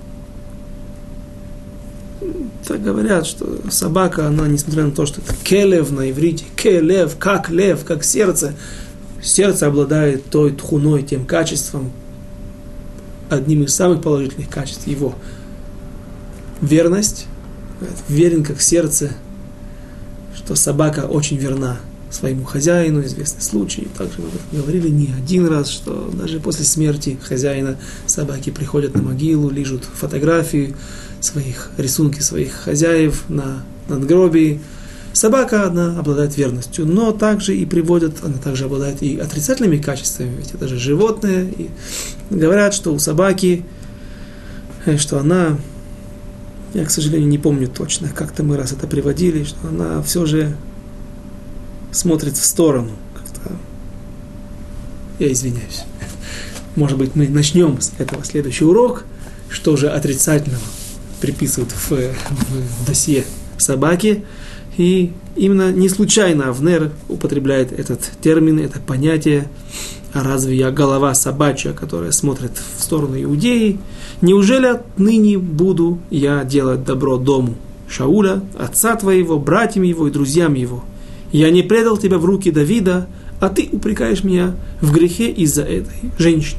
Так говорят, что собака, она, несмотря на то, что это келев на иврите, келев, как сердце, сердце обладает той тхуной, тем качеством, одним из самых положительных качеств его. Верность, верен как сердце, что собака очень верна своему хозяину, известный случай. Также мы об этом говорили не один раз, что даже после смерти хозяина собаки приходят на могилу, лижут фотографии рисунки своих хозяев на надгробии. Собака, она обладает верностью, но также и она также обладает и отрицательными качествами, ведь это же животное. И говорят, что у собаки, что она, я, к сожалению, не помню точно, как-то мы раз это приводили, что она все же смотрит в сторону. Как-то, я извиняюсь. Может быть, мы начнем с этого следующий урок, что же отрицательного приписывают в досье собаки. И именно не случайно Авнер употребляет этот термин, это понятие: «А разве я голова собачья, которая смотрит в сторону Иудеи? Неужели отныне буду я делать добро дому Шауля, отца твоего, братьям его и друзьям его? Я не предал тебя в руки Давида, а ты упрекаешь меня в грехе из-за этой женщины».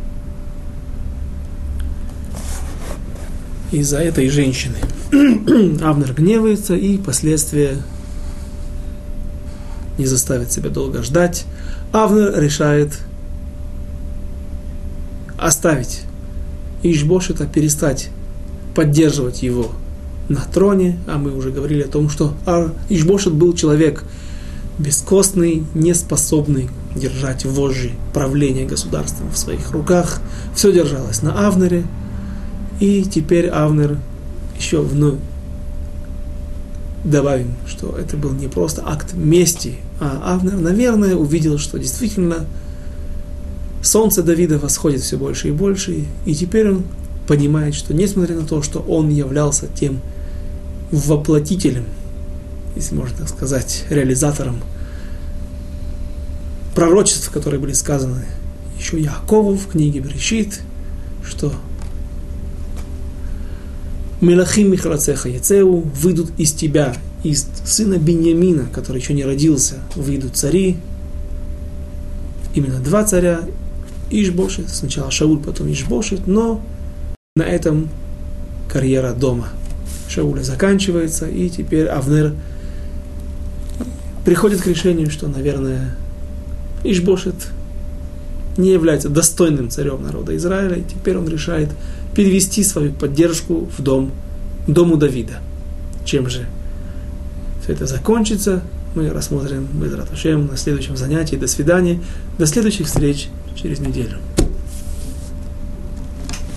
Из-за этой женщины Авнер гневается, и последствия не заставят себя долго ждать. Авнер решает оставить Иш-бошета, перестать поддерживать его на троне. А мы уже говорили о том, что Иш-бошет был человек бескостный, неспособный держать вожжи правления государством в своих руках. Все держалось на Авнере, и теперь Авнер еще вновь добавим, что это был не просто акт мести, а Авнер, наверное, увидел, что действительно солнце Давида восходит все больше и больше, и теперь он понимает, что несмотря на то, что он являлся тем воплотителем, если можно так сказать, реализатором пророчеств, которые были сказаны еще Яакову в книге Берешит, что «Мелахим михалацеха яцеу» выйдут из тебя, из сына Биньямина, который еще не родился, выйдут цари, именно 2 царя, Иш-Бошет, сначала Шауль, потом Иш-Бошет, но на этом карьера дома Шауля заканчивается, и теперь Авнер приходит к решению, что, наверное, Иш-Бошет не является достойным царем народа Израиля, и теперь он решает перевести свою поддержку в дому Давида. Чем же все это закончится, мы рассмотрим Бе'эзрат Ашем на следующем занятии. До свидания, до следующих встреч через неделю.